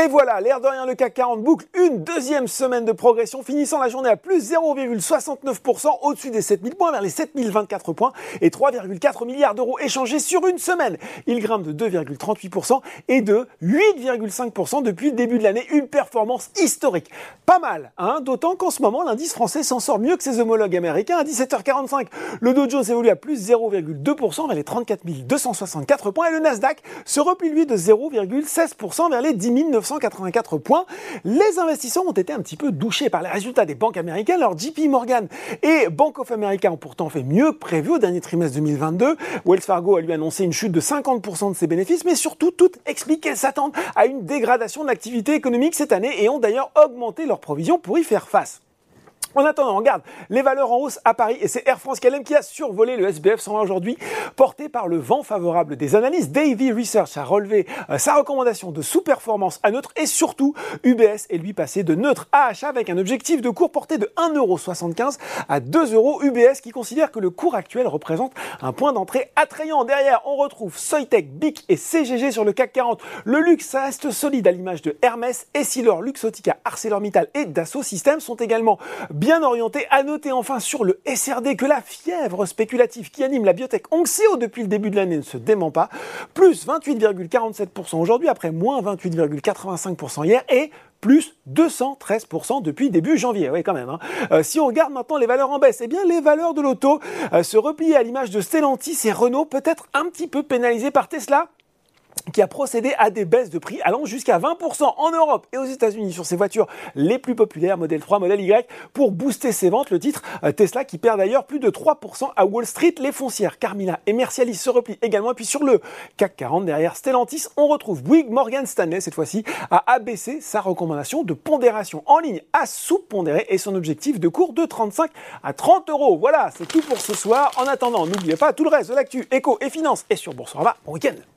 Et voilà, l'air de rien, le CAC 40 boucle une deuxième semaine de progression, finissant la journée à plus 0,69% au-dessus des 7000 points, vers les 7024 points et 3,4 milliards d'euros échangés sur une semaine. Il grimpe de 2,38% et de 8,5% depuis le début de l'année, une performance historique. Pas mal, hein, d'autant qu'en ce moment, l'indice français s'en sort mieux que ses homologues américains. À 17h45, le Dow Jones évolue à plus 0,2% vers les 34 264 points et le Nasdaq se replie lui de 0,16% vers les 10 984 points. Les investisseurs ont été un petit peu douchés par les résultats des banques américaines. Alors JP Morgan et Bank of America ont pourtant fait mieux que prévu au dernier trimestre 2022. Wells Fargo a lui annoncé une chute de 50% de ses bénéfices, mais surtout, toutes expliquent qu'elles s'attendent à une dégradation de l'activité économique cette année et ont d'ailleurs augmenté leurs provisions pour y faire face. En attendant, on regarde les valeurs en hausse à Paris et c'est Air France KLM qui a survolé le SBF 120 aujourd'hui, porté par le vent favorable des analystes. Davy Research a relevé sa recommandation de sous-performance à neutre et surtout UBS est lui passé de neutre à achat avec un objectif de cours porté de 1,75€ à 2€. UBS qui considère que le cours actuel représente un point d'entrée attrayant. Derrière, on retrouve Soitec, BIC et CGG sur le CAC 40. Le luxe reste solide à l'image de Hermès, Essilor, Luxottica, ArcelorMittal et Dassault Systèmes sont également bien orienté. À noter enfin sur le SRD que la fièvre spéculative qui anime la biotech Onxeo depuis le début de l'année ne se dément pas. Plus 28,47% aujourd'hui après moins 28,85% hier et plus 213% depuis début janvier. Oui, quand même. Si on regarde maintenant les valeurs en baisse, eh bien les valeurs de l'auto se replient à l'image de Stellantis et Renault, peut-être un petit peu pénalisées par Tesla, qui a procédé à des baisses de prix allant jusqu'à 20% en Europe et aux États-Unis sur ses voitures les plus populaires, modèle 3, modèle Y, pour booster ses ventes. Le titre Tesla qui perd d'ailleurs plus de 3% à Wall Street. Les foncières Carmila et Mercialys se replient également. Et puis sur le CAC 40, derrière Stellantis, on retrouve Bouygues. Morgan Stanley, cette fois-ci, a abaissé sa recommandation de pondération en ligne à sous-pondérer et son objectif de cours de 35 à 30€. Voilà, c'est tout pour ce soir. En attendant, n'oubliez pas tout le reste de l'actu éco et finance et sur Boursorama. Bon week-end.